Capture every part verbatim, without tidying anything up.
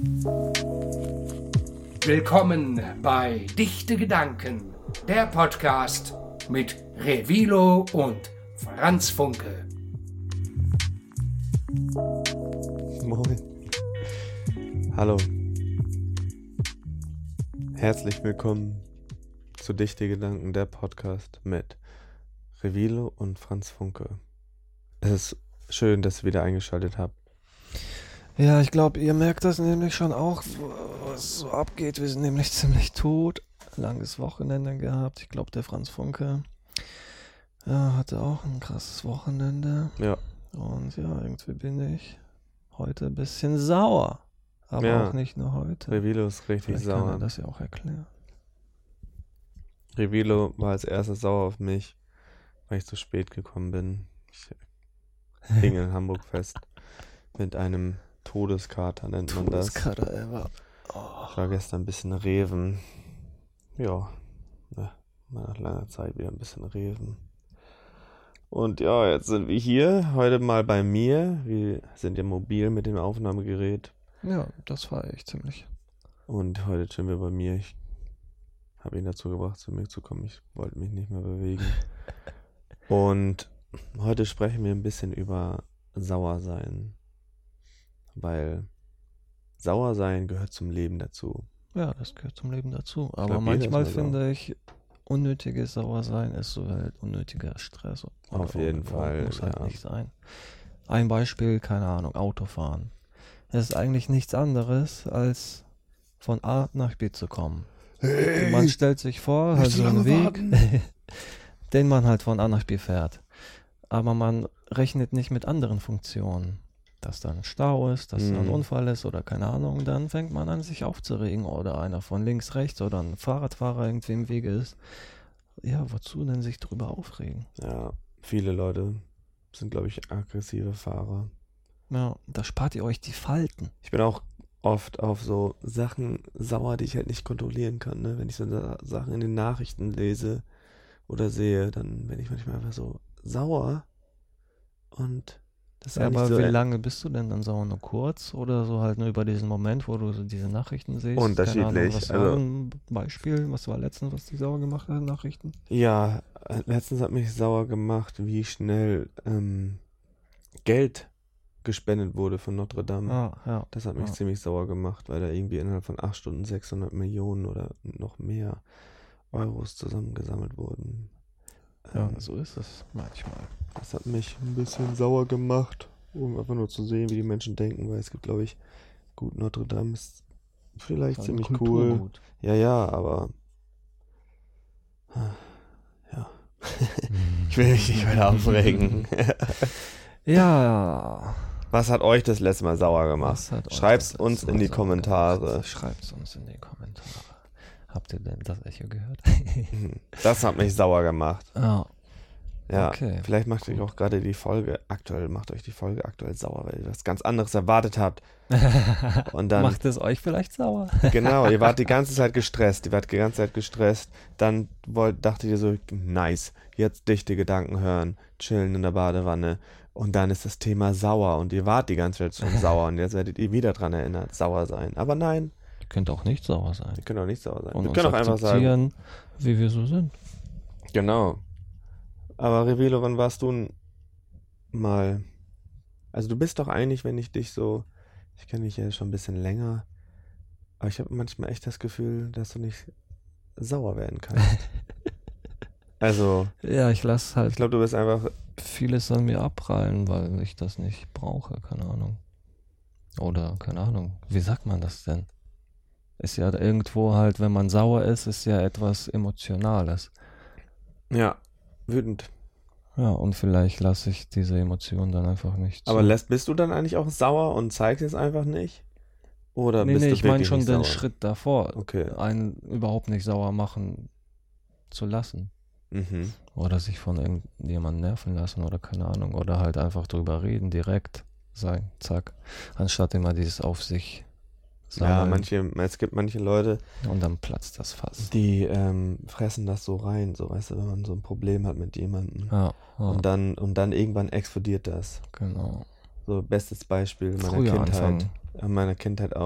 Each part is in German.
Willkommen bei Dichte Gedanken, der Podcast mit Revilo und Franz Funke. Moin. Hallo. Herzlich willkommen zu Dichte Gedanken, der Podcast mit Revilo und Franz Funke. Es ist schön, dass ihr wieder eingeschaltet habt. Ja, ich glaube, ihr merkt das nämlich schon auch, was so abgeht. Wir sind nämlich ziemlich tot. Langes Wochenende gehabt. Ich glaube, der Franz Funke ja, hatte auch ein krasses Wochenende. Ja. Und ja, irgendwie bin ich heute ein bisschen sauer. Aber Ja. auch nicht nur heute. Revilo ist richtig Vielleicht sauer. kann er das ja auch erklären. Revilo war als erstes sauer auf mich, weil ich zu spät gekommen bin. Ich hing in Hamburg fest mit einem Todeskater, nennt man das. Todeskater, ever. Oh. Ich war gestern ein bisschen reven. Ja, ne, mal nach langer Zeit wieder ein bisschen reven. Und ja, jetzt sind wir hier, heute mal bei mir. Wir sind ja mobil mit dem Aufnahmegerät. Ja, das war echt ziemlich. Und heute chillen wir bei mir. Ich habe ihn dazu gebracht, zu mir zu kommen. Ich wollte mich nicht mehr bewegen. Und heute sprechen wir ein bisschen über Sauersein. Weil Sauersein gehört zum Leben dazu. Ja, das gehört zum Leben dazu. Aber glaub, manchmal jeder ist mal finde ich, unnötiges Sauersein ist so halt unnötiger Stress. Oder Auf jeden oder Fall, Muss halt ja. nicht sein. Ein Beispiel, keine Ahnung, Autofahren. Es ist eigentlich nichts anderes, als von A nach B zu kommen. Hey, Man stellt sich vor, halt so einen Weg, den man halt von A nach B fährt. Aber man rechnet nicht mit anderen Funktionen. Dass da ein Stau ist, dass da ein Mhm. Unfall ist oder keine Ahnung, dann fängt man an, sich aufzuregen oder einer von links, rechts oder ein Fahrradfahrer irgendwie im Wege ist. Ja, wozu denn sich drüber aufregen? Ja, viele Leute sind, glaube ich, aggressive Fahrer. Ja, da spart ihr euch die Falten. Ich bin auch oft auf so Sachen sauer, die ich halt nicht kontrollieren kann. Ne? Wenn ich so Sa- Sachen in den Nachrichten lese oder sehe, dann bin ich manchmal einfach so sauer. Und das ist Ja, eigentlich aber so wie ein- lange bist du denn dann sauer? Nur kurz oder so halt nur über diesen Moment, wo du so diese Nachrichten siehst? Unterschiedlich, Keine Ahnung, was also- war ein Beispiel? Was war letztens, was dich sauer gemacht hat, Nachrichten? Ja, äh, letztens hat mich sauer gemacht, wie schnell ähm, Geld gespendet wurde von Notre Dame. Ah, ja. Das hat mich Ja. ziemlich sauer gemacht, weil da irgendwie innerhalb von acht Stunden sechshundert Millionen oder noch mehr Euros zusammengesammelt wurden. Ja, Ähm, so ist es manchmal. Das hat mich ein bisschen sauer gemacht, um einfach nur zu sehen, wie die Menschen denken, weil es gibt, glaube ich, gut, Notre Dame ist vielleicht Also ziemlich cool. Kulturgut. Ja, ja, aber ja. Ich will mich nicht weiter aufregen. Ja. Was hat euch das letzte Mal sauer gemacht? Was hat euch Schreibt's das uns letzte in Mal die sauer Kommentare. gemacht? Schreibt's uns in die Kommentare. Habt ihr denn das Echo gehört? Das hat mich sauer gemacht. Ja. Ja, Okay, vielleicht macht euch gut. auch gerade die Folge aktuell, macht euch die Folge aktuell sauer, weil ihr was ganz anderes erwartet habt. Und dann, Macht es euch vielleicht sauer? genau, ihr wart die ganze Zeit gestresst, ihr wart die ganze Zeit gestresst. Dann wollt, dachtet ihr so, nice, jetzt dichte Gedanken hören, chillen in der Badewanne. Und dann ist das Thema sauer und ihr wart die ganze Zeit schon sauer und jetzt werdet ihr wieder dran erinnert, sauer sein. Aber nein, Ihr könnt auch nicht sauer sein. ihr könnt auch nicht sauer sein. Und wir uns können auch einfach sagen, akzeptieren, wie wir so sind. genau. Aber Revilo, wann warst du n- mal, also du bist doch eigentlich, wenn ich dich so, ich kenne dich ja schon ein bisschen länger, aber ich habe manchmal echt das Gefühl, dass du nicht sauer werden kannst. Also, Ja, ich lasse ich halt glaube, du bist einfach, vieles an mir abprallen, weil ich das nicht brauche, keine Ahnung. Oder, keine Ahnung, wie sagt man das denn? Ist ja irgendwo halt, wenn man sauer ist, ist ja etwas Emotionales. ja, wütend. Ja, und vielleicht lasse ich diese Emotionen dann einfach nicht zu. Aber lässt, bist du dann eigentlich auch sauer und zeigst es einfach nicht? Oder nee, bist nee, du ich meine wirklich schon nicht den sauer? Schritt davor, Okay. einen überhaupt nicht sauer machen zu lassen. Mhm. Oder sich von irgendjemandem nerven lassen oder keine Ahnung. Oder halt einfach drüber reden, direkt sagen, zack. Anstatt immer dieses auf sich Ja, sammeln. manche, es gibt manche Leute, Und dann platzt das Fass. die ähm, fressen das so rein, so weißt du, wenn man so ein Problem hat mit jemandem. Ja, ja Und dann, und dann irgendwann explodiert das. genau. So, bestes Beispiel meiner Früher Kindheit. anfangen. In meiner Kindheit auch.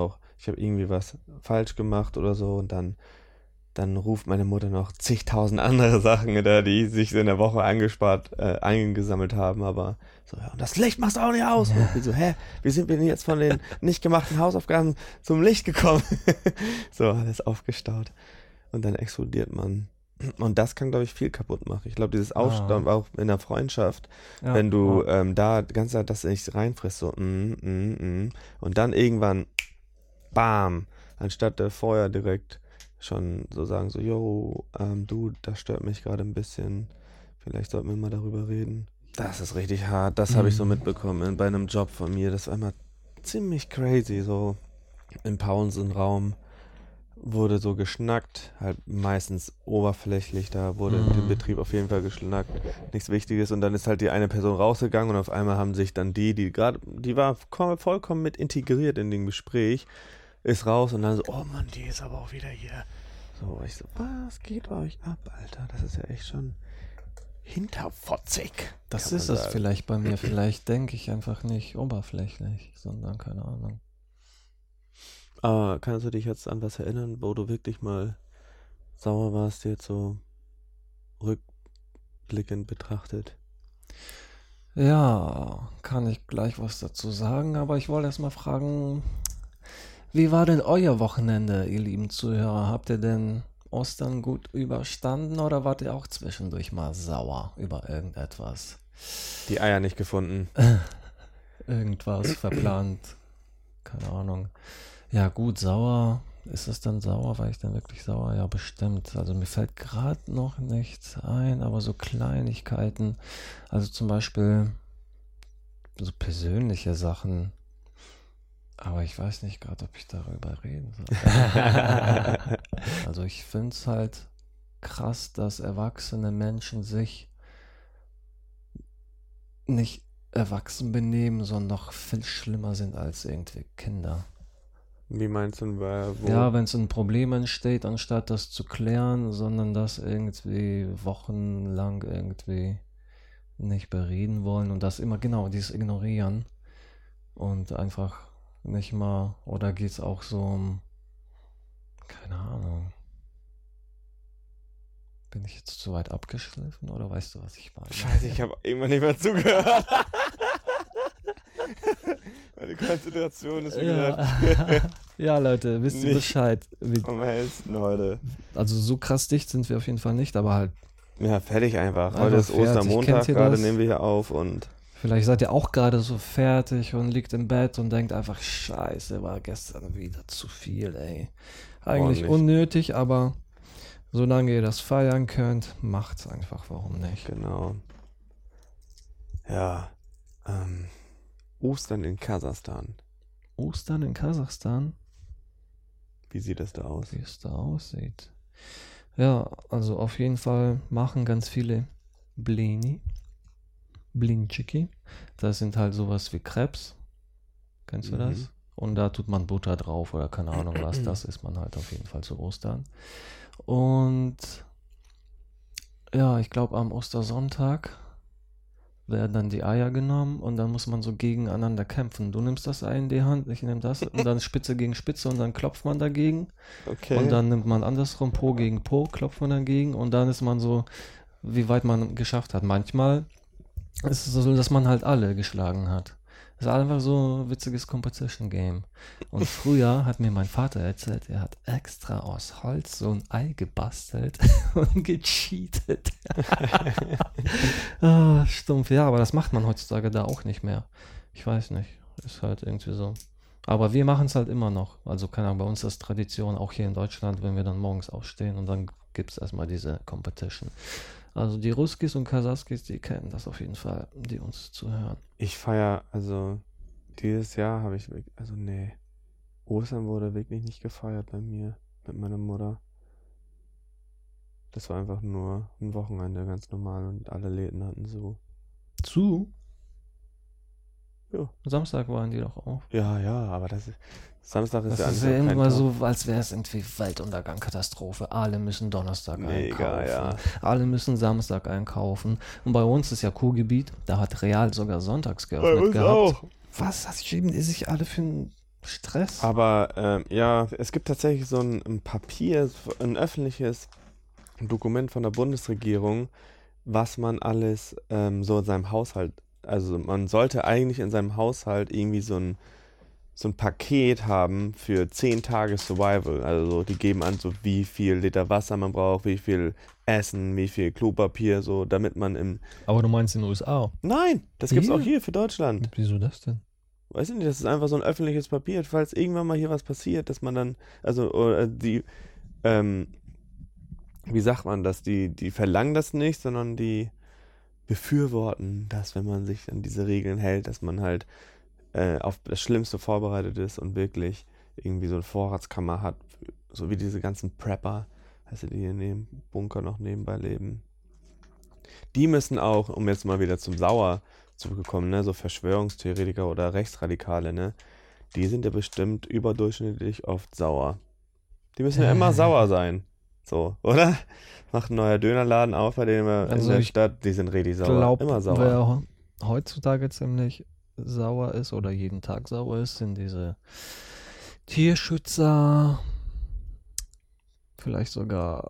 ich habe irgendwie was falsch gemacht oder so und dann, dann ruft meine Mutter noch zigtausend andere Sachen, da, die sich in der Woche angespart, äh, eingesammelt haben, aber so, ja, und das Licht machst du auch nicht aus. Und ich so, hä, wie sind wir denn jetzt von den nicht gemachten Hausaufgaben zum Licht gekommen? So, alles aufgestaut. Und dann explodiert man. Und das kann, glaube ich, viel kaputt machen. Ich glaube, dieses Aufstauen, Ah. auch in der Freundschaft, Ja, wenn du ja. ähm, da die ganze Zeit das nicht reinfrisst, so, mm, mm, mm, und dann irgendwann, bam, anstatt äh, vorher direkt schon so sagen, so, yo, ähm, du, das stört mich gerade ein bisschen, vielleicht sollten wir mal darüber reden. Das ist richtig hart, das habe ich so Mhm. mitbekommen bei einem Job von mir, das war immer ziemlich crazy, so im Pausenraum wurde so geschnackt, halt meistens oberflächlich, da wurde Mhm. im Betrieb auf jeden Fall geschnackt, nichts Wichtiges und dann ist halt die eine Person rausgegangen und auf einmal haben sich dann die, die gerade, die war ko- vollkommen mit integriert in dem Gespräch, ist raus und dann so, oh Mann, die ist aber auch wieder hier. So, ich so, was geht bei euch ab, Alter? Das ist ja echt schon hinterfotzig. Das kann man ist es sagen. vielleicht bei mir. Vielleicht denke ich einfach nicht oberflächlich, sondern keine Ahnung. Aber kannst du dich jetzt an was erinnern, wo du wirklich mal sauer warst, jetzt so rückblickend betrachtet? Ja, kann ich gleich was dazu sagen, aber ich wollte erst mal fragen, wie war denn euer Wochenende, ihr lieben Zuhörer? Habt ihr denn Ostern gut überstanden oder wart ihr auch zwischendurch mal sauer über irgendetwas? Die Eier nicht gefunden. Irgendwas verplant? Keine Ahnung. Ja, gut, sauer. Ist es dann sauer? War ich dann wirklich sauer? Ja, bestimmt. Also mir fällt gerade noch nichts ein, aber so Kleinigkeiten. Also zum Beispiel so persönliche Sachen. Aber ich weiß nicht gerade, ob ich darüber reden soll. Also ich finde es halt krass, dass erwachsene Menschen sich nicht erwachsen benehmen, sondern noch viel schlimmer sind als irgendwie Kinder. Wie meinst du, weil, wo? Ja, wenn es ein Problem entsteht, anstatt das zu klären, sondern das irgendwie wochenlang irgendwie nicht bereden wollen und das immer genau, dieses Ignorieren und einfach nicht mal, oder geht es auch so um, keine Ahnung, bin ich jetzt zu weit abgeschliffen oder weißt du, was ich meine? Scheiße, ich habe irgendwann nicht mehr zugehört. Meine Konzentration ist wieder Ja. Ja, Leute, wisst ihr Nicht. Bescheid. Wir- am hellsten heute. Also so krass dicht sind wir auf jeden Fall nicht, aber halt, Ja, fertig einfach. Einfach Heute ist fertig. Ostermontag, Kennt ihr gerade das? nehmen wir hier auf und vielleicht seid ihr auch gerade so fertig und liegt im Bett und denkt einfach, scheiße, war gestern wieder zu viel, ey. Eigentlich Ordentlich. unnötig, aber solange ihr das feiern könnt, macht's einfach, warum nicht? genau. Ja, ähm, Ostern in Kasachstan. Ostern in Kasachstan, Wie sieht das da aus? wie es da aussieht. Ja, also auf jeden Fall machen ganz viele Blini, Blinchiki. Das sind halt sowas wie Crepes. Kennst du Mhm. das? Und da tut man Butter drauf oder keine Ahnung was. Das isst man halt auf jeden Fall zu Ostern. Und ja, ich glaube am Ostersonntag werden dann die Eier genommen und dann muss man so gegeneinander kämpfen. Du nimmst das Ei in die Hand, ich nehme das und dann Spitze gegen Spitze und dann klopft man dagegen. Okay. Und dann nimmt man andersrum Po gegen Po, klopft man dagegen und dann ist man so, wie weit man geschafft hat. Manchmal ist es so, dass man halt alle geschlagen hat. Das ist einfach so ein witziges Competition-Game. Und früher hat mir mein Vater erzählt, er hat extra aus Holz so ein Ei gebastelt und gecheatet. Ah, stumpf, ja, aber das macht man heutzutage da auch nicht mehr. Ich weiß nicht, ist halt irgendwie so. Aber wir machen es halt immer noch. Also keine Ahnung, bei uns ist Tradition, auch hier in Deutschland, wenn wir dann morgens aufstehen und dann gibt es erstmal diese Competition. Also die Ruskis und Kasachskis, die kennen das auf jeden Fall, die uns zuhören. Ich feiere, also dieses Jahr habe ich, wirklich- also nee, Ostern wurde wirklich nicht gefeiert bei mir mit meiner Mutter. Das war einfach nur ein Wochenende, ganz normal und alle Läden hatten so. Zu? Ja. Samstag waren die doch auf. Ja, ja, aber das ist, Samstag ist Das ja ist eigentlich ja auch kein immer Tag. so, als wäre es irgendwie Weltuntergang, Katastrophe. Alle müssen Donnerstag Mega, einkaufen. ja. Alle müssen Samstag einkaufen. Und bei uns ist ja Kurgebiet, da hat Real sogar sonntags Bei geöffnet uns gehabt. auch. Was? Das schieben die sich alle für einen Stress. Aber ähm, ja, es gibt tatsächlich so ein, ein Papier, ein öffentliches Dokument von der Bundesregierung, was man alles ähm, so in seinem Haushalt, also man sollte eigentlich in seinem Haushalt irgendwie so ein, so ein Paket haben für zehn Tage Survival. Also die geben an, so wie viel Liter Wasser man braucht, wie viel Essen, wie viel Klopapier, so damit man im... Aber du meinst in den U S A? Nein, das gibt's Hier? auch hier für Deutschland. Wieso das denn? Weiß ich nicht, das ist einfach so ein öffentliches Papier, falls irgendwann mal hier was passiert, dass man dann, also oder die, ähm, wie sagt man das, die, die verlangen das nicht, sondern die befürworten das, wenn man sich an diese Regeln hält, dass man halt äh, auf das Schlimmste vorbereitet ist und wirklich irgendwie so eine Vorratskammer hat, so wie diese ganzen Prepper, also die hier in dem Bunker noch nebenbei leben. Die müssen auch, um jetzt mal wieder zum Sauer zurückgekommen, ne, so Verschwörungstheoretiker oder Rechtsradikale, ne, die sind ja bestimmt überdurchschnittlich oft sauer. Die müssen ja immer sauer sein. So, oder? Macht ein neuer Dönerladen auf, bei dem wir Also in der ich Stadt, die sind richtig sauer. glaub, immer sauer. Wer heutzutage ziemlich sauer ist oder jeden Tag sauer ist, sind diese Tierschützer, vielleicht sogar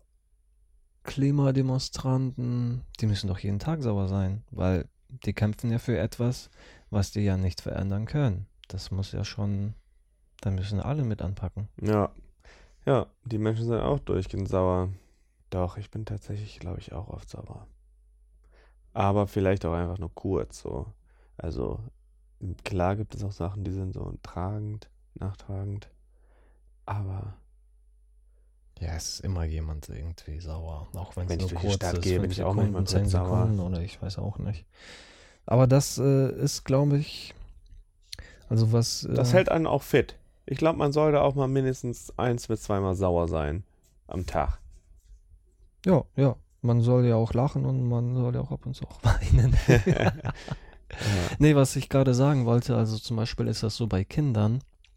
Klimademonstranten. Die müssen doch jeden Tag sauer sein, weil die kämpfen ja für etwas, was die ja nicht verändern können. Das muss ja schon, da müssen alle mit anpacken. Ja. Ja, die Menschen sind auch durchgehend sauer. Doch, ich bin tatsächlich, glaube ich, auch oft sauer. Aber vielleicht auch einfach nur kurz so. Also, klar gibt es auch Sachen, die sind so tragend, nachtragend. Aber Ja, es ist immer jemand irgendwie sauer, auch wenn es Wenn ich nur durch die kurz Stadt ist, gehe, bin fünf ich auch Sekunden, manchmal zehn kurz sauer. Sekunden oder ich weiß auch nicht. Aber das äh, ist, glaube ich, also was... Äh, das hält einen auch fit. Ich glaube, man sollte auch mal mindestens eins bis zweimal sauer sein am Tag. Ja, ja. Man soll ja auch lachen und man soll ja auch ab und zu auch weinen. Ja. Nee, was ich gerade sagen wollte, also zum Beispiel ist das so bei Kindern,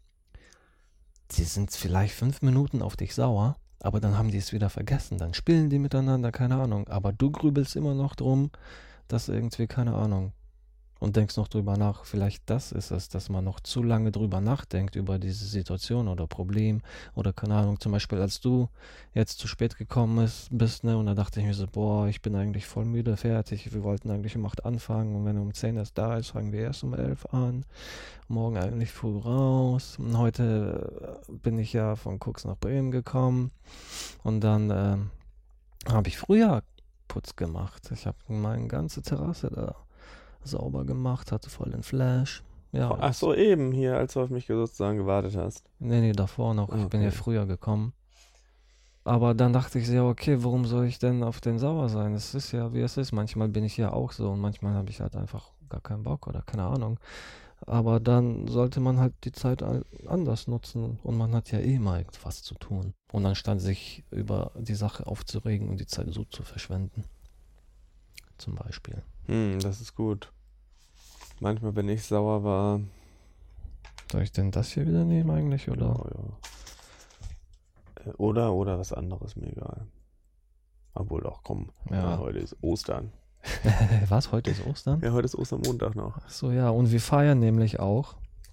die sind vielleicht fünf Minuten auf dich sauer, aber dann haben die es wieder vergessen. Dann spielen die miteinander, keine Ahnung. Aber du grübelst immer noch drum, dass irgendwie, keine Ahnung, und denkst noch drüber nach. Vielleicht das ist es, dass man noch zu lange drüber nachdenkt, über diese Situation oder Problem oder keine Ahnung. Zum Beispiel, als du jetzt zu spät gekommen ist, bist, ne, und da dachte ich mir so, boah, ich bin eigentlich voll müde, fertig. Wir wollten eigentlich um acht anfangen und wenn er um zehn erst da ist, fangen wir erst um elf an. Morgen eigentlich früh raus. Und heute äh, bin ich ja von Kux nach Bremen gekommen und dann äh, habe ich Frühjahrputz gemacht. Ich habe meine ganze Terrasse da sauber gemacht, hatte voll den Flash. Ja. Ach so, eben hier, als du auf mich sozusagen gewartet hast. Nee, nee, davor noch. Ich bin ja Okay. früher gekommen. Aber dann dachte ich, ja, okay, warum soll ich denn auf den sauer sein? Es ist ja, wie es ist. Manchmal bin ich ja auch so und manchmal habe ich halt einfach gar keinen Bock oder keine Ahnung. Aber dann sollte man halt die Zeit al- anders nutzen und man hat ja eh mal etwas zu tun. Und anstatt sich über die Sache aufzuregen und die Zeit so zu verschwenden. Zum Beispiel. Hm, das ist gut. Manchmal, wenn ich sauer war, Soll ich denn das hier wieder nehmen eigentlich, oder? ja, ja. Äh, Oder, oder was anderes, mir egal. Obwohl doch, komm, Ja. äh, heute ist Ostern. Was? Heute ist Ostern? Ja, heute ist Ostermontag noch. Ach so, ja. Und wir feiern nämlich auch.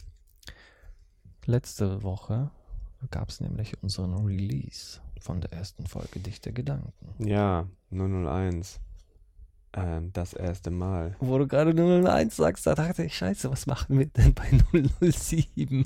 Letzte Woche gab es nämlich unseren Release von der ersten Folge Dichte Gedanken. Ja, null null eins. Ähm, das erste Mal. Wo du gerade null null eins sagst, da dachte ich, scheiße, was machen wir denn bei null null sieben?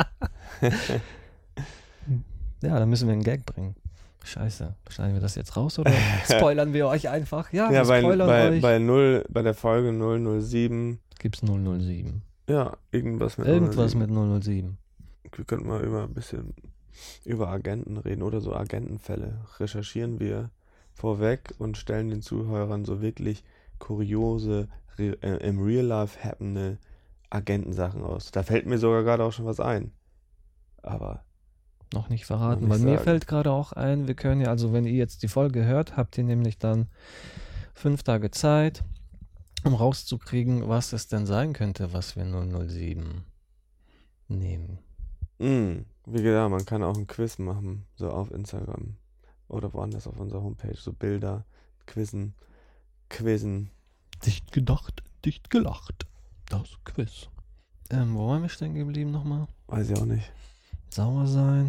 Ja, da müssen wir einen Gag bringen. Scheiße, schneiden wir das jetzt raus oder spoilern wir euch einfach? Ja, Ja, wir bei, spoilern bei, euch. bei, null, bei der Folge null null sieben. Gibt's null null sieben. Ja, irgendwas mit Irgendwas null null sieben. mit null null sieben. Wir könnten mal über ein bisschen über Agenten reden oder so Agentenfälle. Recherchieren wir vorweg und stellen den Zuhörern so wirklich kuriose, re- äh, im Real Life happenende Agentensachen aus. Da fällt mir sogar gerade auch schon was ein. Aber Noch nicht verraten, Noch nicht weil mir sagen. fällt gerade auch ein, wir können ja, also wenn ihr jetzt die Folge hört, habt ihr nämlich dann fünf Tage Zeit, um rauszukriegen, was es denn sein könnte, was wir null null sieben nehmen. mh, wie gesagt, man kann auch ein Quiz machen, so auf Instagram oder woanders auf unserer Homepage, so Bilder, Quizzen, Quizzen. Dicht gedacht, dicht gelacht. Das Quiz. Ähm, wo waren wir stehen geblieben nochmal? Weiß ich auch nicht. Sauer sein.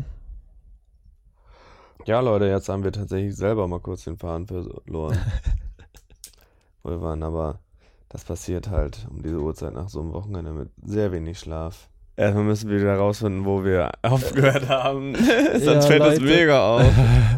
Ja, Leute, jetzt haben wir tatsächlich selber mal kurz den Faden verloren. Wo wir waren, aber das passiert halt um diese Uhrzeit nach so einem Wochenende mit sehr wenig Schlaf. Erstmal müssen wir wieder rausfinden, wo wir aufgehört haben. Sonst Ja, fällt das Leute. mega auf.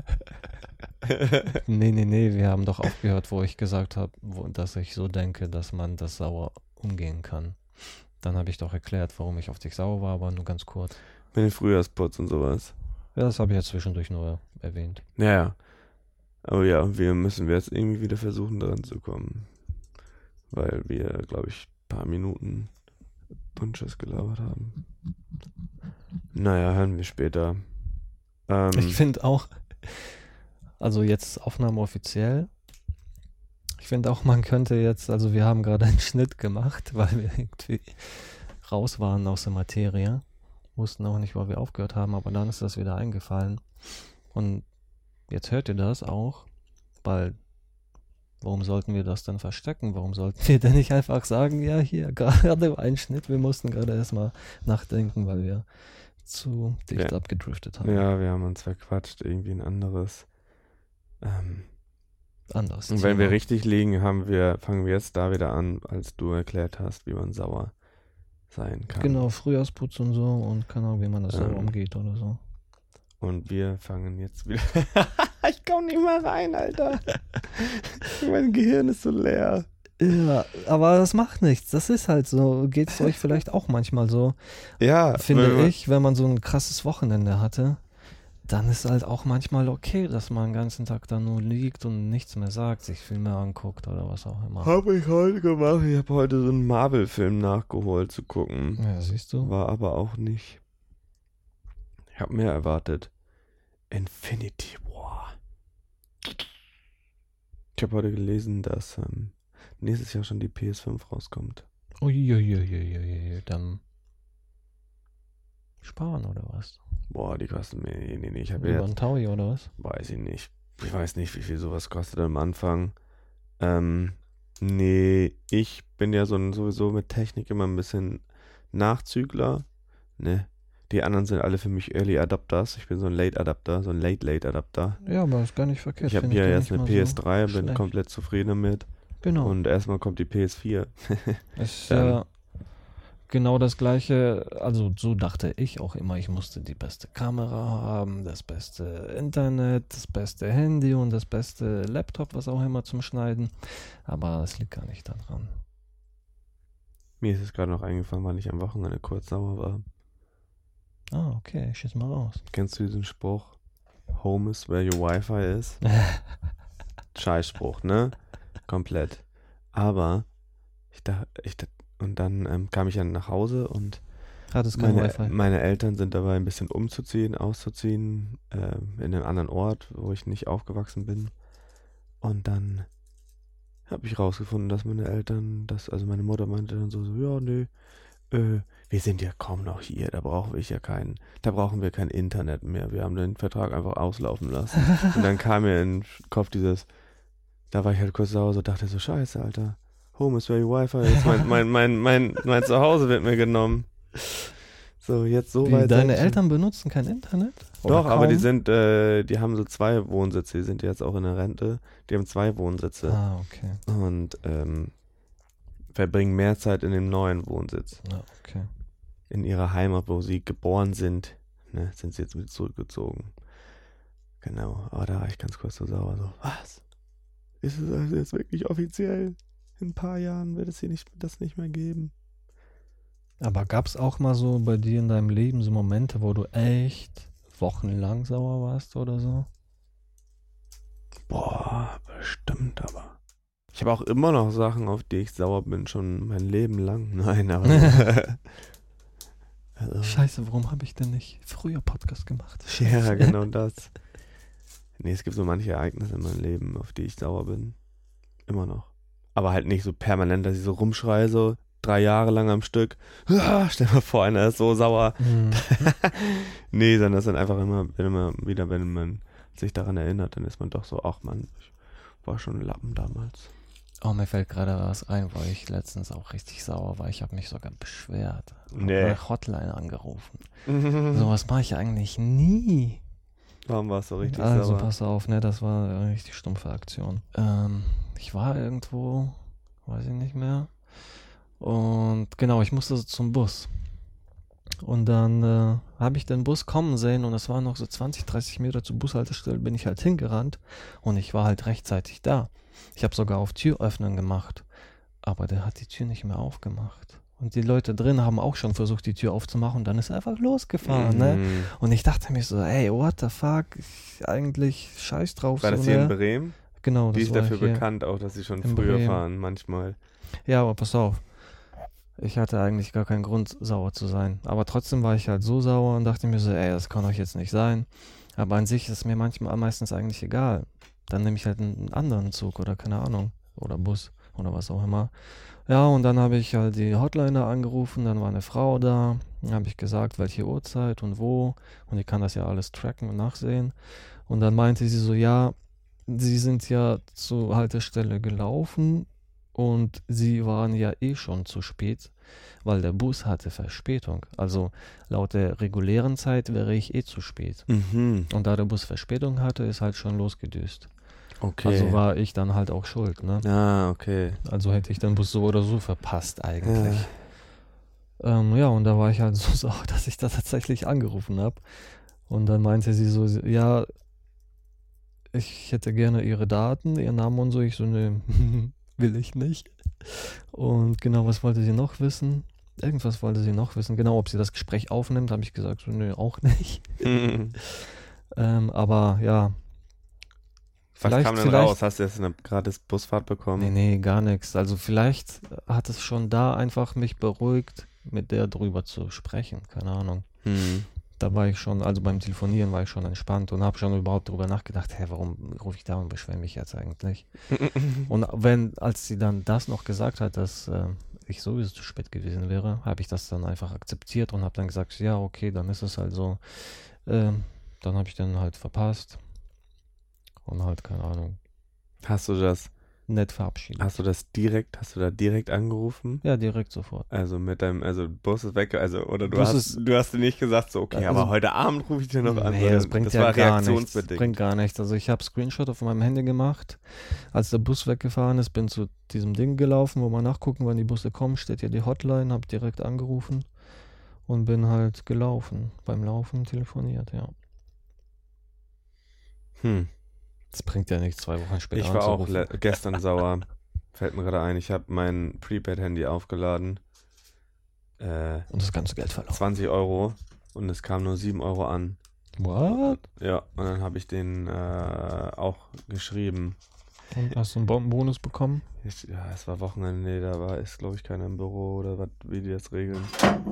Nee, nee, nee, wir haben doch aufgehört, wo ich gesagt habe, dass ich so denke, dass man das sauer umgehen kann. Dann habe ich doch erklärt, warum ich auf dich sauer war, aber nur ganz kurz. Mit dem Frühjahrsputz und sowas. Ja, das habe ich jetzt zwischendurch nur erwähnt. Ja, ja. Aber ja, wir müssen jetzt irgendwie wieder versuchen, dran zu kommen. Weil wir, glaube ich, ein paar Minuten Bunches gelabert haben. Naja, hören wir später. Ähm, Ich finde auch, also jetzt Aufnahme offiziell, ich finde auch, man könnte jetzt, also wir haben gerade einen Schnitt gemacht, weil wir irgendwie raus waren aus der Materie. Wussten auch nicht, wo wir aufgehört haben, aber dann ist das wieder eingefallen. Und jetzt hört ihr das auch, weil warum sollten wir das denn verstecken? Warum sollten wir denn nicht einfach sagen, ja, hier, gerade war ein Schnitt, wir mussten gerade erstmal nachdenken, weil wir zu dicht Ja. abgedriftet haben. ja, wir haben uns verquatscht, irgendwie ein anderes. Ähm, Anders. und wenn wir Thema. richtig liegen, haben wir, fangen wir jetzt da wieder an, als du erklärt hast, wie man sauer sein kann. Genau, Frühjahrsputz und so und keine Ahnung, wie man das so Ähm. umgeht oder so. Und wir fangen jetzt wieder. Ich komm nicht mal rein, Alter. Mein Gehirn ist so leer. Ja, aber das macht nichts. Das ist halt so. Geht es euch vielleicht auch manchmal so, Ja, finde wenn- ich, wenn man so ein krasses Wochenende hatte, dann ist halt auch manchmal okay, dass man den ganzen Tag da nur liegt und nichts mehr sagt, sich Filme anguckt oder was auch immer. Habe ich heute gemacht. Ich habe heute so einen Marvel-Film nachgeholt zu gucken. Ja, siehst du? War aber auch nicht. Ich habe mehr erwartet. Infinity War. Ich habe heute gelesen, dass ähm, nächstes Jahr schon die P S fünf rauskommt. Uiuiuiuiui, dann sparen oder was? Boah, die kosten mir. Nee, nee, nee. Ich habe Über jetzt. einen Taui oder was? Weiß ich nicht. Ich weiß nicht, wie viel sowas kostet am Anfang. Ähm, nee, ich bin ja so ein, sowieso mit Technik immer ein bisschen Nachzügler. Ne? Die anderen sind alle für mich Early Adapters. Ich bin so ein Late Adapter, so ein Late Late Adapter. Ja, aber ist gar nicht verkehrt. Ich habe finde hier gar jetzt nicht eine mal P S so drei, bin schlecht. komplett zufrieden damit. Genau. Und erstmal kommt die P S vier. Ist Ähm. ja genau das Gleiche, also so dachte ich auch immer, ich musste die beste Kamera haben, das beste Internet, das beste Handy und das beste Laptop, was auch immer zum Schneiden, aber es liegt gar nicht daran. Mir ist es gerade noch eingefallen, weil ich am Wochenende kurz sauer war. Ah, okay, schieß mal raus. Kennst du diesen Spruch? Home is where your Wi-Fi is? Scheißspruch, ne? Komplett. Aber ich dachte, ich dachte, und dann ähm, kam ich dann nach Hause und Hat es kein meine, Wi-Fi? meine Eltern sind dabei, ein bisschen umzuziehen, auszuziehen, äh, in einen anderen Ort, wo ich nicht aufgewachsen bin. Und dann habe ich rausgefunden, dass meine Eltern, dass, also meine Mutter meinte dann so, so ja, nee, äh, wir sind ja kaum noch hier, da brauchen wir ja keinen, da brauchen wir kein Internet mehr. Wir haben den Vertrag einfach auslaufen lassen. Und dann kam mir in den Kopf dieses, da war ich halt kurz sauer, so dachte so, scheiße, Alter. Home is where your Wi-Fi is. Mein, mein, mein, mein, mein Zuhause wird mir genommen. So, jetzt so Wie, weit. deine seid ihr- Eltern benutzen kein Internet? Doch, Oder aber die kaum? sind, äh, die haben so zwei Wohnsitze. Die sind jetzt auch in der Rente. Die haben zwei Wohnsitze. Ah, okay. Und ähm, verbringen mehr Zeit in dem neuen Wohnsitz. Ja, okay. In ihrer Heimat, wo sie geboren sind, ne, sind sie jetzt wieder zurückgezogen. Genau, aber da war ich ganz kurz so sauer. So, was? Ist es also jetzt wirklich offiziell? In ein paar Jahren wird es hier nicht, das nicht mehr geben. Aber gab es auch mal so bei dir in deinem Leben so Momente, wo du echt wochenlang sauer warst oder so? Boah, bestimmt aber. Ich habe auch immer noch Sachen, auf die ich sauer bin, schon mein Leben lang. Nein, aber... also, Scheiße, warum habe ich denn nicht früher Podcast gemacht? ja, genau das. Nee, es gibt so manche Ereignisse in meinem Leben, auf die ich sauer bin. Immer noch. Aber halt nicht so permanent, dass ich so rumschreie, so drei Jahre lang am Stück. Ah, stell dir mal vor, einer ist so sauer. Mhm. Nee, sondern das sind einfach immer, wenn immer wieder, wenn man sich daran erinnert, dann ist man doch so, ach man, ich war schon ein Lappen damals. Oh, mir fällt gerade was ein, weil ich letztens auch richtig sauer war. Ich habe mich sogar beschwert. Nee. Eine Hotline angerufen. Sowas mache ich eigentlich nie. Warum warst du richtig also, sauer? pass auf, ne, das war eine richtig stumpfe Aktion. Ähm, ich war irgendwo, weiß ich nicht mehr. Und genau, ich musste so zum Bus. Und dann äh, habe ich den Bus kommen sehen und es waren noch so zwanzig, dreißig Meter zur Bushaltestelle, bin ich halt hingerannt und ich war halt rechtzeitig da. Ich habe sogar auf Tür öffnen gemacht, aber der hat die Tür nicht mehr aufgemacht. Und die Leute drin haben auch schon versucht, die Tür aufzumachen und dann ist er einfach losgefahren, Mhm. ne? Und ich dachte mir so, ey, what the fuck, ich, eigentlich scheiß drauf. War so, das hier ne? in Bremen? Genau, Die das ist war dafür hier. bekannt auch, dass sie schon in früher Bremen. fahren, manchmal. Ja, aber pass auf. Ich hatte eigentlich gar keinen Grund, sauer zu sein. Aber trotzdem war ich halt so sauer und dachte mir so, ey, das kann doch jetzt nicht sein. Aber an sich ist es mir manchmal meistens eigentlich egal. Dann nehme ich halt einen anderen Zug oder keine Ahnung. Oder Bus oder was auch immer. Ja, und dann habe ich halt die Hotline angerufen, dann war eine Frau da. Dann habe ich gesagt, welche Uhrzeit und wo. Und die kann das ja alles tracken und nachsehen. Und dann meinte sie so, ja, sie sind ja zur Haltestelle gelaufen. Und sie waren ja eh schon zu spät, weil der Bus hatte Verspätung. Also laut der regulären Zeit wäre ich eh zu spät. Mhm. Und da der Bus Verspätung hatte, ist halt schon losgedüst. Okay. Also war ich dann halt auch schuld, ne? Ah, okay. Also hätte ich den Bus so oder so verpasst eigentlich. Ja, ähm, ja und da war ich halt so sauer, dass ich da tatsächlich angerufen habe. Und dann meinte sie so, ja, ich hätte gerne ihre Daten, ihren Namen und so. Ich so, ne, will ich nicht. Und genau, was wollte sie noch wissen? Irgendwas wollte sie noch wissen. Genau, ob sie das Gespräch aufnimmt, habe ich gesagt, so, nö, auch nicht. ähm, aber ja. Was Vielleicht, kam denn vielleicht, raus? Hast du jetzt eine gratis Busfahrt bekommen? Nee, nee, gar nichts. Also vielleicht hat es schon da einfach mich beruhigt, mit der drüber zu sprechen. Keine Ahnung. Hm. Da war ich schon, also beim Telefonieren war ich schon entspannt und habe schon überhaupt drüber nachgedacht, hä, warum rufe ich da und beschwere mich jetzt eigentlich? Und wenn, als sie dann das noch gesagt hat, dass äh, ich sowieso zu spät gewesen wäre, habe ich das dann einfach akzeptiert und habe dann gesagt, ja, okay, dann ist es halt so. Ähm, dann habe ich den halt verpasst und halt, keine Ahnung, Hast du das, nett verabschiedet. hast du das direkt, hast du da direkt angerufen? Ja, direkt sofort. Also mit deinem, also Bus ist weg, also oder du Bus hast, ist- du hast dir nicht gesagt, so okay, Also- aber heute Abend rufe ich dir noch an. Nee, sondern das bringt das ja war gar nichts. reaktionsbedingt. Bringt gar nichts. Also ich habe Screenshot auf meinem Handy gemacht, als der Bus weggefahren ist, bin zu diesem Ding gelaufen, wo man nachgucken, wann die Busse kommen, steht ja die Hotline, habe direkt angerufen und bin halt gelaufen. Beim Laufen telefoniert, ja. Hm. Das bringt ja nichts, zwei Wochen später Ich war auch anzurufen. le- gestern sauer. Fällt mir gerade ein, ich habe mein Prepaid-Handy aufgeladen. Äh, Und das ganze Geld verloren. zwanzig Euro und es kam nur sieben Euro an. What? Ja, und dann habe ich den äh, auch geschrieben. Und hast du einen Bombenbonus bekommen? Ich, ja, es war Wochenende, nee, da war ist, glaube ich, keiner im Büro oder was, wie die das regeln.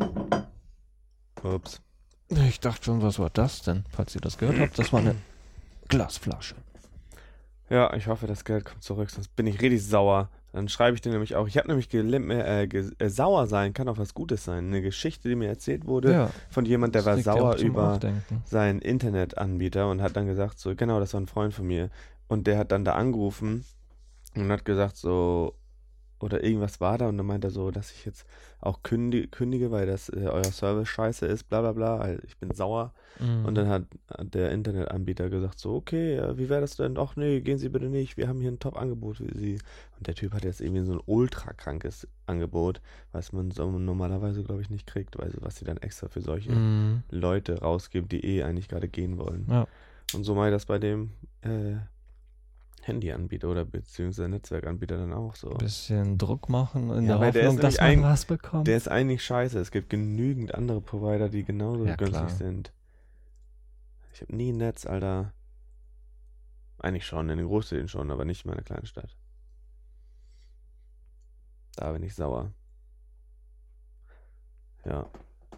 Ups. Ich dachte schon, was war das denn? Falls ihr das gehört habt, das war eine Glasflasche. Ja, ich hoffe, das Geld kommt zurück, sonst bin ich richtig sauer. Dann schreibe ich dir nämlich auch. Ich habe nämlich gelim äh, ge äh, sauer sein kann auch was Gutes sein. Eine Geschichte, die mir erzählt wurde Ja, von jemand, der das war liegt ja sauer auch zum über Nachdenken. seinen Internetanbieter und hat dann gesagt, so, genau, das war ein Freund von mir. Und der hat dann da angerufen und hat gesagt, so, oder irgendwas war da und dann meint er so, dass ich jetzt auch kündige, kündige weil das äh, euer Service scheiße ist, bla bla bla, also ich bin sauer. Mhm. Und dann hat der Internetanbieter gesagt, so, okay, äh, wie wäre das denn? Ach nee, gehen Sie bitte nicht, wir haben hier ein Top-Angebot für Sie. Und der Typ hat jetzt irgendwie so ein ultra krankes Angebot, was man so normalerweise, glaube ich, nicht kriegt, weil was sie dann extra für solche Mhm. Leute rausgibt, die eh eigentlich gerade gehen wollen. Ja. Und so mache ich das bei dem äh, Handyanbieter oder beziehungsweise Netzwerkanbieter dann auch so. Bisschen Druck machen in Ja, weil der der Hoffnung, ist dass nämlich man ein- was bekommt. Der ist eigentlich scheiße. Es gibt genügend andere Provider, die genauso Ja, günstig klar. sind. Ich habe nie ein Netz, Alter. Eigentlich schon, in den Großstädten schon, aber nicht in meiner kleinen Stadt. Da bin ich sauer. Ja.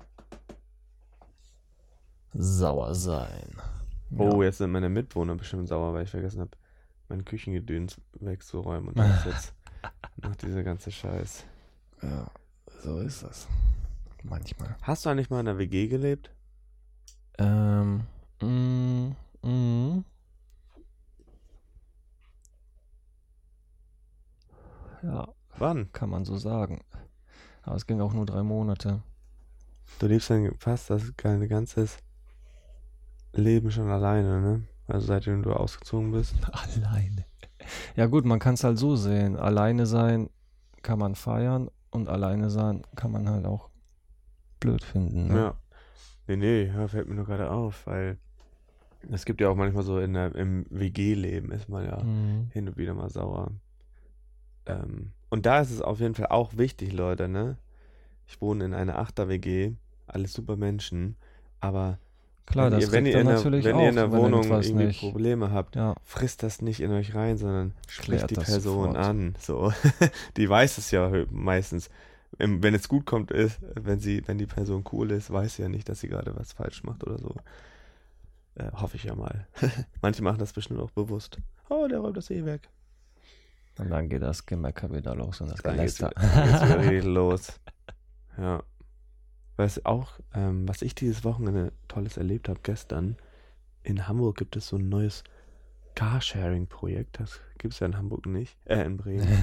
Sauer sein. Oh, Ja. jetzt sind meine Mitwohner bestimmt sauer, weil ich vergessen habe, mein Küchengedöns wegzuräumen. Und das ist jetzt noch dieser ganze Scheiß. Ja, so ist das. Manchmal. Hast du eigentlich mal in einer W G gelebt? Ähm, mm, mm. ja. Wann? Kann man so sagen. Aber es ging auch nur drei Monate. Du lebst dann fast das dein ganzes Leben schon alleine, ne? Also seitdem du ausgezogen bist. Alleine. Ja gut, man kann es halt so sehen. Alleine sein kann man feiern und alleine sein kann man halt auch blöd finden. Ne? Ja. Nee, nee, ja, fällt mir nur gerade auf, weil es gibt ja auch manchmal so in der, im W G-Leben ist man ja Mhm. hin und wieder mal sauer. Ähm, und da ist es auf jeden Fall auch wichtig, Leute, ne? Ich wohne in einer Achter-W G, alles super Menschen, aber Klar, wenn das ihr, wenn regt ihr dann in der, natürlich wenn auf, ihr in der wenn Wohnung etwas irgendwie nicht. Probleme habt, Ja, frisst das nicht in euch rein, sondern spricht Klärt die das Person sofort. an. So. Die weiß es ja hö- meistens. Im- Wenn es gut kommt, ist, wenn sie, wenn die Person cool ist, weiß sie ja nicht, dass sie gerade was falsch macht oder so. Äh, hoffe ich ja mal. Manche machen das bestimmt auch bewusst. Oh, der räumt das eh weg. und dann geht das Gemecker wieder los und das Dann geht's Geläster. wieder, dann geht's wieder richtig los. Ja. Was auch, ähm, was ich dieses Wochenende Tolles erlebt habe, gestern, in Hamburg gibt es so ein neues Carsharing-Projekt. Das gibt es ja in Hamburg nicht. Äh, in Bremen.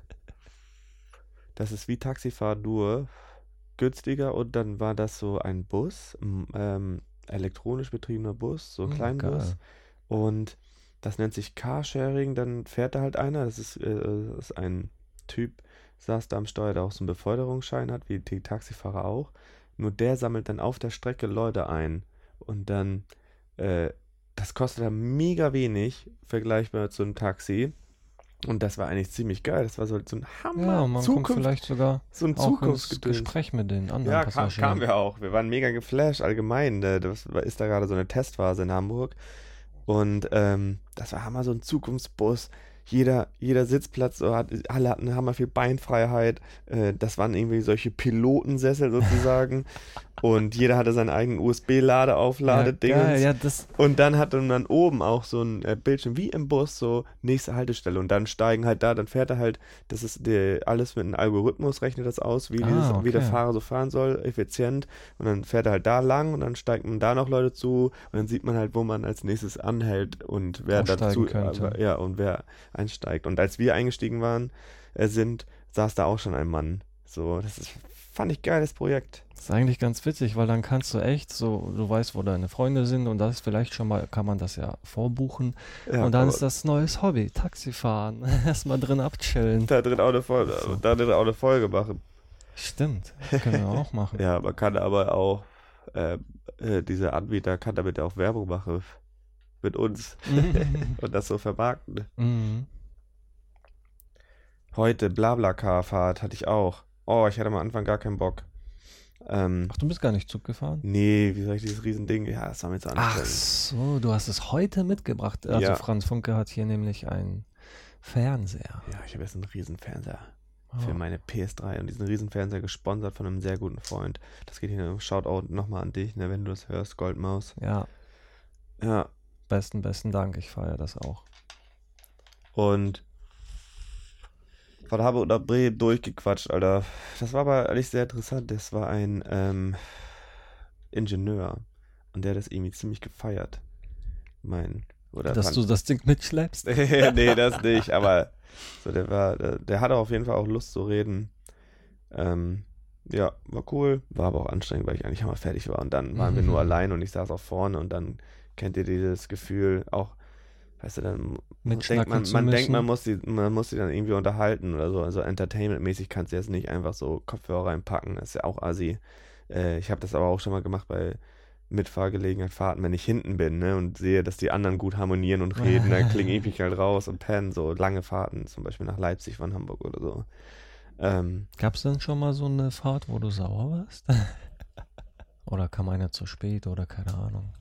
Das ist wie Taxifahrt nur günstiger und dann war das so ein Bus, m- ähm, elektronisch betriebener Bus, so ein Hm, Kleinbus. geil. Und das nennt sich Carsharing, dann fährt da halt einer, das ist, äh, das ist ein Typ, saß da am Steuer, der auch so einen Beförderungsschein hat, wie die Taxifahrer auch. Nur der sammelt dann auf der Strecke Leute ein. Und dann, äh, das kostet dann mega wenig, vergleichbar zu einem Taxi. Und das war eigentlich ziemlich geil. Das war so, so ein Hammer. Ja, und man kommt Zukunft, vielleicht sogar so ein auch ins Zukunftsgedöns. Gespräch mit den anderen Ja, kam, Passagieren. kamen wir auch. Wir waren mega geflasht allgemein. ne, Das war- ist da gerade so eine Testphase in Hamburg. Und ähm, das war Hammer, so ein Zukunftsbus. Jeder, jeder Sitzplatz, so hat, alle hatten Hammer viel Beinfreiheit. Äh, das waren irgendwie solche Pilotensessel sozusagen. Und jeder hatte seinen eigenen U S Ja, geil, B-Lade-Aufladedingens. ja, das, Und dann hat man dann oben auch so ein äh, Bildschirm wie im Bus, so nächste Haltestelle. Und dann steigen halt da, dann fährt er halt, das ist der, alles mit einem Algorithmus, rechnet das aus, wie, Ah, dieses, wie der okay. Fahrer so fahren soll, effizient. Und dann fährt er halt da lang und dann steigt man da noch Leute zu. Und dann sieht man halt, wo man als nächstes anhält und wer dazu, Aussteigen könnte. äh, ja, und wer einsteigt. Und als wir eingestiegen waren, äh, sind, saß da auch schon ein Mann. So, das ist, fand ich geiles Projekt. das ist eigentlich ganz witzig, weil dann kannst du echt so, du weißt, wo deine Freunde sind und das ist vielleicht schon mal, kann man das ja vorbuchen. Ja, Und dann aber ist das neues Hobby, Taxifahren. Erstmal drin abchillen. da drin auch eine Folge, So. da drin auch eine Folge machen. Stimmt, das können wir auch machen. Ja, man kann aber auch, äh, äh, diese Anbieter kann damit auch Werbung machen mit uns und das so vermarkten. Mhm. Heute Blablacar-Fahrt hatte ich auch. Oh, ich hatte am Anfang gar keinen Bock. Ähm, Ach, du bist gar nicht Zug gefahren? nee, wie soll ich dieses Riesending? Ja, das war mir zu Ach anstrengend. so, du hast es heute mitgebracht. Also Ja. Franz Funke hat hier nämlich einen Fernseher. Ja, ich habe jetzt einen Riesenfernseher Oh. für meine P S drei und diesen Riesenfernseher gesponsert von einem sehr guten Freund. Das geht hier, Shoutout nochmal an dich, ne, wenn du das hörst, Goldmaus. Ja, Ja, besten, besten Dank. Ich feiere das auch. und von Hamburg nach Bremen durchgequatscht, Alter. Das war aber ehrlich sehr interessant. Das war ein ähm, Ingenieur und der hat das irgendwie ziemlich gefeiert. Mein, oder Dass fand- du das Ding mitschleppst. nee, das nicht, aber so, der war, der, der hatte auf jeden Fall auch Lust zu reden. Ähm, ja, war cool, war aber auch anstrengend, weil ich eigentlich mal fertig war und dann waren wir nur allein und ich saß auch vorne und dann kennt ihr dieses Gefühl auch, weißt du, dann denkt Mitschnacken man, zu man denkt, müssen. man muss die, man muss die dann irgendwie unterhalten oder so, also entertainmentmäßig kannst du jetzt nicht einfach so Kopfhörer reinpacken, das ist ja auch assi. Äh, ich habe das aber auch schon mal gemacht bei Mitfahrgelegenheit, Fahrten, wenn ich hinten bin, ne, und sehe, dass die anderen gut harmonieren und reden, dann klinge ich mich halt raus und penne, so lange Fahrten, zum Beispiel nach Leipzig von Hamburg oder so. Ähm, Gab es denn schon mal so eine Fahrt, wo du sauer warst? Oder kam einer zu spät oder keine Ahnung.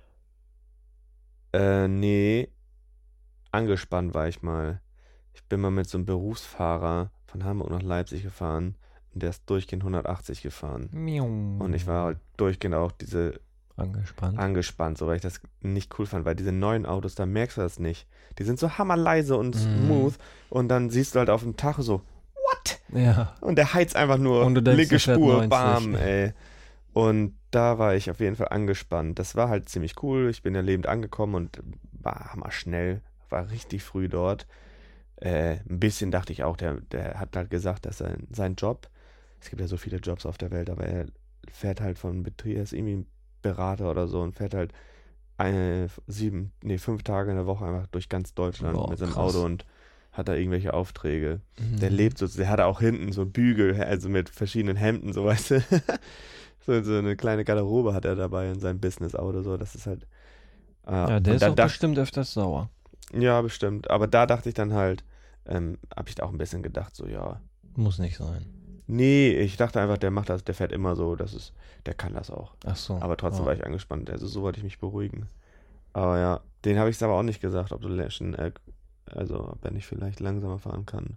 äh, nee, angespannt war ich mal. Ich bin mal mit so einem Berufsfahrer von Hamburg nach Leipzig gefahren und der ist durchgehend hundertachtzig gefahren. Und ich war halt durchgehend auch diese angespannt. angespannt, so, weil ich das nicht cool fand, weil diese neuen Autos, da merkst du das nicht. Die sind so hammerleise und Mhm. smooth und dann siehst du halt auf dem Tacho so, what? Ja. Und der heizt einfach nur Und du denkst, linke der fährt Spur, neunzig. bam, ey. Und da war ich auf jeden Fall angespannt. Das war halt ziemlich cool. Ich bin ja lebend angekommen und war hammer schnell, war richtig früh dort. Äh, ein bisschen dachte ich auch, der, der hat halt gesagt, dass er sein Job, es gibt ja so viele Jobs auf der Welt, aber er fährt halt von Betrieb, er ist irgendwie ein Berater oder so und fährt halt eine, sieben, nee, fünf Tage in der Woche einfach durch ganz Deutschland Boah, mit seinem krass. Auto und hat da irgendwelche Aufträge. Mhm. Der lebt so, der hat auch hinten so Bügel, also mit verschiedenen Hemden, so weißt du. so, so eine kleine Garderobe hat er dabei in seinem Business-Auto, so, das ist halt. Äh, Ja, der und ist dann auch dacht- bestimmt öfters sauer. Ja, bestimmt. Aber da dachte ich dann halt, ähm, hab ich da auch ein bisschen gedacht, so, ja. Muss nicht sein. Nee, ich dachte einfach, der macht das, der fährt immer so, das ist, der kann das auch. Ach so. Aber trotzdem ja. war ich angespannt, also so wollte ich mich beruhigen. Aber ja, den habe ich es aber auch nicht gesagt, ob du Läschen, äh, also ob er nicht vielleicht langsamer fahren kann.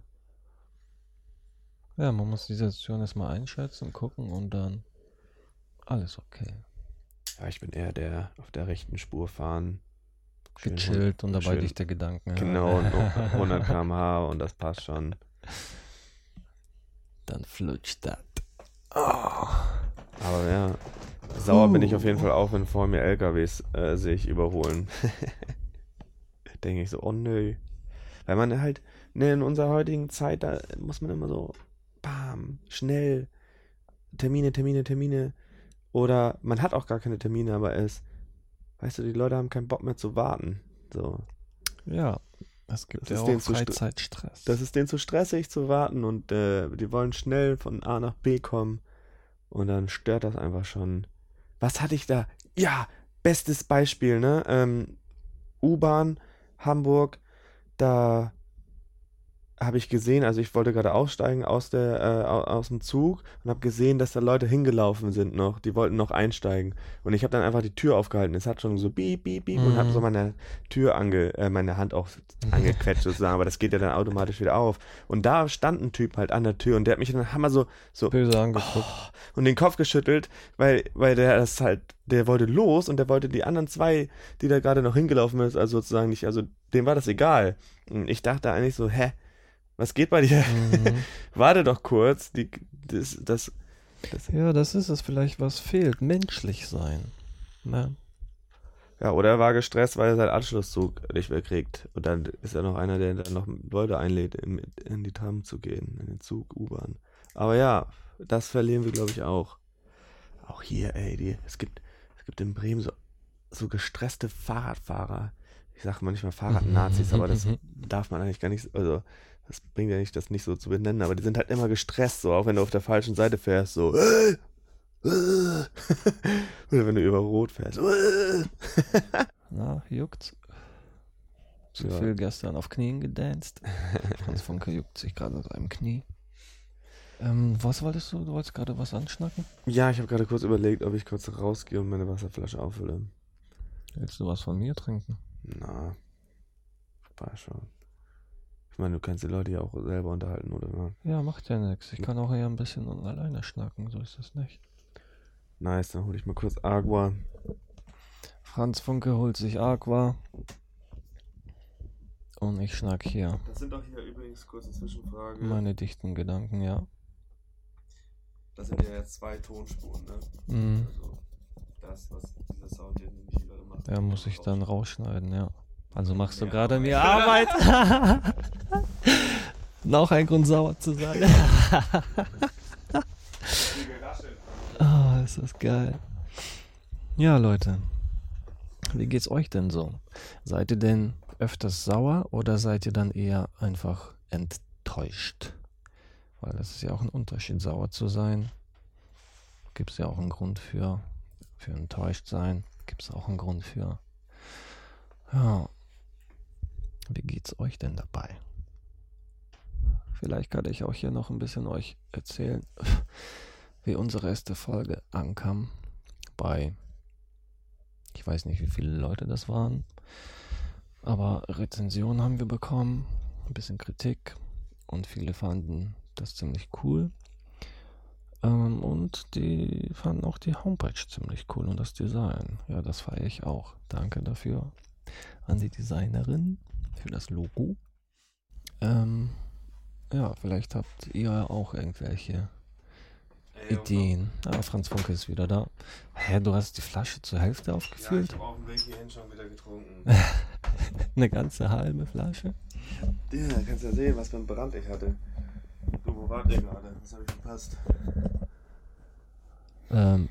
Ja, man muss die Situation erstmal einschätzen, gucken und dann alles okay. Ja, ich bin eher der auf der rechten Spur fahren. Schön Gechillt und dabei schön- dichter Gedanken. ja. Genau, und noch hundert Kilometer pro Stunde und das passt schon. Dann flutscht das. Aber ja, sauer bin ich auf jeden Fall auch, wenn vor mir L K Ws äh, sich überholen. Denke ich so, oh nö. Weil man halt, ne, in unserer heutigen Zeit, da muss man immer so, bam, schnell, Termine, Termine, Termine. Oder man hat auch gar keine Termine, aber es, weißt du, die Leute haben keinen Bock mehr zu warten. So. Ja, es gibt Das ja ist auch denen zu st- Freizeitstress. Das ist denen zu stressig zu warten und äh, die wollen schnell von A nach B kommen und dann stört das einfach schon. Was hatte ich da? Ja, bestes Beispiel, ne? Ähm, U-Bahn, Hamburg, da habe ich gesehen, also ich wollte gerade aussteigen aus der äh, au- aus dem Zug und habe gesehen, dass da Leute hingelaufen sind noch, die wollten noch einsteigen und ich habe dann einfach die Tür aufgehalten. Es hat schon so piep, piep, piep und habe Mhm. so meine Tür ange, äh, meine Hand auch angequetscht sozusagen, aber das geht ja dann automatisch wieder auf. Und da stand ein Typ halt an der Tür und der hat mich dann hammer so so Böse angeguckt. oh, und den Kopf geschüttelt, weil weil der das halt, der wollte los und der wollte die anderen zwei, die da gerade noch hingelaufen ist, also sozusagen nicht, also dem war das egal. Und ich dachte eigentlich so, hä? Was geht bei dir? Mhm. Warte doch kurz. Die, das, das, das, Ja, das ist es vielleicht, was fehlt. Menschlich sein. Ne? ja, oder er war gestresst, weil er seinen Anschlusszug nicht mehr kriegt. Und dann ist er noch einer, der dann noch Leute einlädt, in, in die Tram zu gehen, in den Zug, U-Bahn. Aber ja, das verlieren wir, glaube ich, auch. Auch hier, ey, die, es gibt, es gibt in Bremen so, so gestresste Fahrradfahrer. Ich sage manchmal Fahrradnazis, aber das darf man eigentlich gar nicht, also das bringt ja nicht, das nicht so zu benennen, aber die sind halt immer gestresst, so, auch wenn du auf der falschen Seite fährst, so. Oder wenn du über Rot fährst. Na, juckt's. Zu Ja. viel gestern auf Knien gedanced. Franz Funke juckt sich gerade aus einem Knie. Ähm, was wolltest du? Du wolltest gerade was anschnacken? Ja, ich habe gerade kurz überlegt, ob ich kurz rausgehe und meine Wasserflasche auffülle. Willst du was von mir trinken? Na, war schon. Ich meine, du kannst die Leute ja auch selber unterhalten, oder? Ja, macht ja nichts. Ich kann auch eher ein bisschen alleine schnacken, so ist das nicht. Nice, dann hole ich mal kurz Agua. Franz Funke holt sich Aqua. Und ich schnack hier Das sind doch hier übrigens kurze Zwischenfrage. meine dichten Gedanken, ja. Das sind ja jetzt zwei Tonspuren, ne? Mhm. Also das, was dieser Sound, den ich hier gerade mache. Ja, muss ich dann rausschneiden, ja. Also machst du Ja, gerade aber- mir Arbeit. Noch ein Grund sauer zu sein. Ah, ist das geil. Ja, Leute. Wie geht's euch denn so? Seid ihr denn öfters sauer oder seid ihr dann eher einfach enttäuscht? Weil das ist ja auch ein Unterschied, sauer zu sein. Gibt es ja auch einen Grund für, für enttäuscht sein. Gibt es auch einen Grund für. Ja. Wie geht's euch denn dabei? Vielleicht kann ich auch hier noch ein bisschen euch erzählen, wie unsere erste Folge ankam. Bei, ich weiß nicht, wie viele Leute das waren, aber Rezensionen haben wir bekommen, ein bisschen Kritik und viele fanden das ziemlich cool. Ähm, und die fanden auch die Homepage ziemlich cool und das Design. Ja, das feiere ich auch. Danke dafür an die Designerin für das Logo. Ähm, ja, vielleicht habt ihr auch irgendwelche Ideen. Ah, Franz Funke ist wieder da. Hä, du hast die Flasche zur Hälfte aufgefüllt? habe auf dem Weg hierhin schon wieder getrunken. Eine ganze halbe Flasche? Ja, kannst ja sehen, was für ein Brand ich hatte. Du, wo wart ihr gerade? Was habe ich verpasst? Ähm.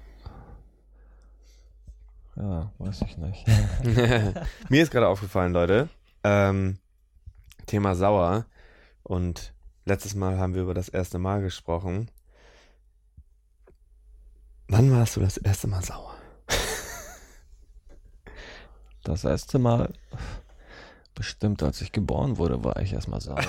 Ja, weiß ich nicht. Mir ist gerade aufgefallen, Leute, ähm, Thema sauer. Und letztes Mal haben wir über das erste Mal gesprochen. Wann warst du das erste Mal sauer? Das erste Mal, bestimmt als ich geboren wurde, war ich erstmal sauer.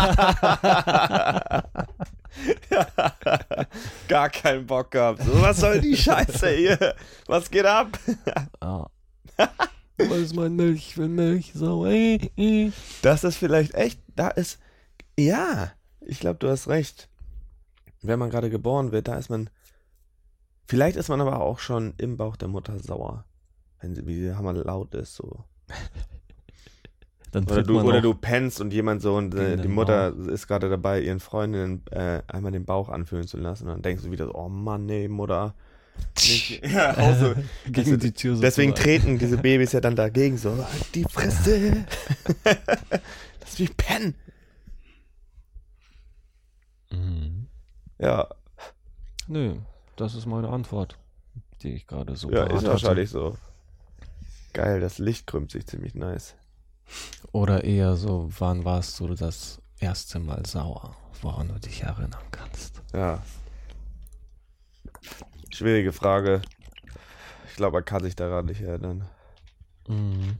Gar keinen Bock gehabt. So, was soll die Scheiße hier? Was geht ab? Ah. Wo ist mein Milch? Ich will Milch, sauer. Das ist vielleicht echt, da ist, ja, ich glaube, du hast recht. Wenn man gerade geboren wird, da ist man, vielleicht ist man aber auch schon im Bauch der Mutter sauer. Wenn sie, wie hammer laut ist, so. Dann Oder tritt du, man oder auch du pennst und jemand so und äh, gegen die den Mutter ist gerade dabei, ihren Freundinnen äh, einmal den Bauch anfühlen zu lassen. Und dann denkst du wieder so, oh Mann, nee, Mutter. Nicht. Ja, auch so. gegen Also, die Tür so deswegen zu- treten diese Babys ja dann dagegen so, halt die Fresse. Lass mich pennen. Mhm. Ja, Nö, das ist meine Antwort, die ich gerade so ja, parat ist hatte. wahrscheinlich so. Geil, das Licht krümmt sich ziemlich nice. Oder eher so, wann warst du das erste Mal sauer, woran du dich erinnern kannst? Ja. Schwierige Frage. Ich glaube, man kann sich daran nicht erinnern. Mhm.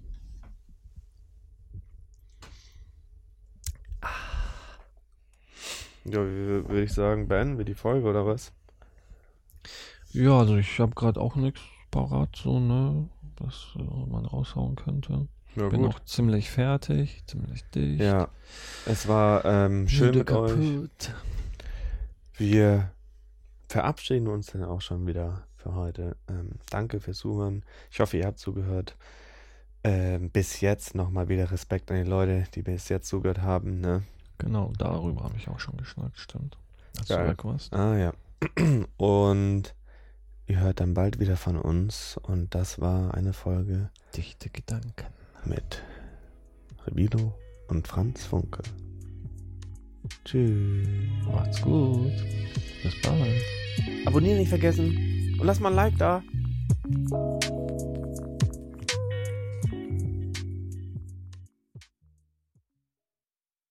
Ja, wie würde ich sagen, beenden wir die Folge oder was? Ja, also ich habe gerade auch nichts parat, so, ne, was äh, man raushauen könnte. Ja, Bin auch ziemlich fertig, ziemlich dicht. Ja, es war ähm, schön Müde mit euch. kaputt. Wir verabschieden uns dann auch schon wieder für heute. Ähm, danke fürs Zuhören. Ich hoffe, ihr habt zugehört. Ähm, bis jetzt nochmal wieder Respekt an die Leute, die bis jetzt zugehört haben. Ne? Genau, darüber habe ich auch schon geschnackt, stimmt. Als Geil. du weg warst. Ah ja. Und ihr hört dann bald wieder von uns. Und das war eine Folge Dichte Gedanken. mit Revilo und Franz Funke. Tschüss. Macht's gut. Bis bald. Abonnieren nicht vergessen und lasst mal ein Like da.